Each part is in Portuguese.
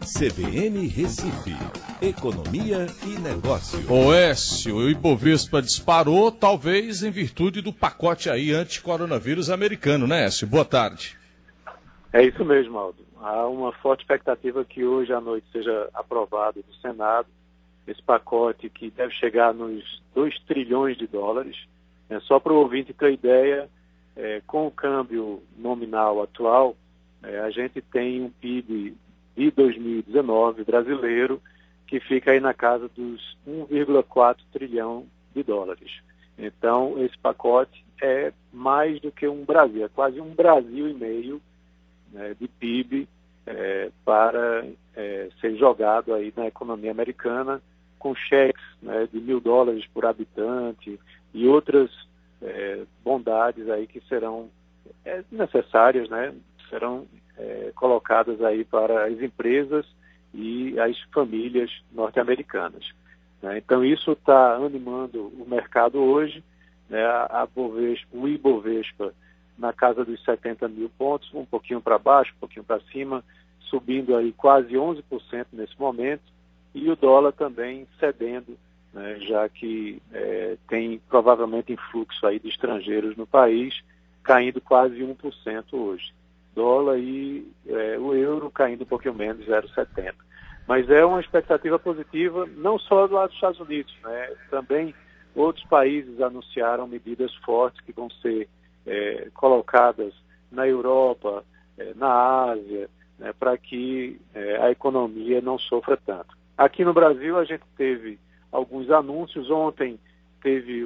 CBN Recife, Economia e Negócio. Écio, o Ibovespa disparou, talvez em virtude do pacote aí anti-coronavírus americano, né, Écio? Boa tarde. É isso mesmo, Aldo. Há uma forte expectativa que hoje à noite seja aprovado no Senado esse pacote que deve chegar nos 2 trilhões de dólares. Só para o ouvinte ter ideia, com o câmbio nominal atual, a gente tem um PIB de 2019 brasileiro que fica aí na casa dos 1,4 trilhão de dólares. Então, esse pacote é mais do que um Brasil, é quase um Brasil e meio, né, de PIB para ser jogado aí na economia americana, com cheques, né, de $1.000 por habitante e outras bondades aí que serão necessárias, né, serão colocadas aí para as empresas e as famílias norte-americanas. Né? Então isso está animando o mercado hoje, né? O Ibovespa na casa dos 70 mil pontos, um pouquinho para baixo, um pouquinho para cima, subindo aí quase 11% nesse momento, e o dólar também cedendo, né? Já que tem provavelmente influxo aí de estrangeiros no país, caindo quase 1% hoje. Dólar e o euro caindo um pouquinho menos, 0,70. Mas é uma expectativa positiva, não só do lado dos Estados Unidos, né? Também outros países anunciaram medidas fortes que vão ser colocadas na Europa, na Ásia, né, para que a economia não sofra tanto. Aqui no Brasil a gente teve alguns anúncios. Ontem teve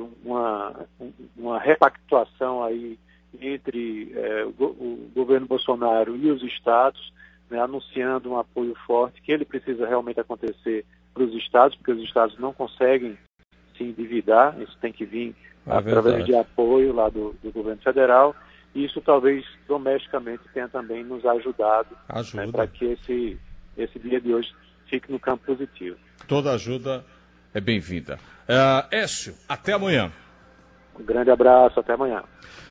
uma repactuação aí entre o governo Bolsonaro e os estados, né, anunciando um apoio forte, que ele precisa realmente acontecer para os estados, porque os estados não conseguem se endividar, isso tem que vir através de apoio lá do governo federal, e isso talvez domesticamente tenha também nos ajudado, né, para que esse dia de hoje fique no campo positivo. Toda ajuda é bem-vinda. Écio, até amanhã. Um grande abraço, até amanhã.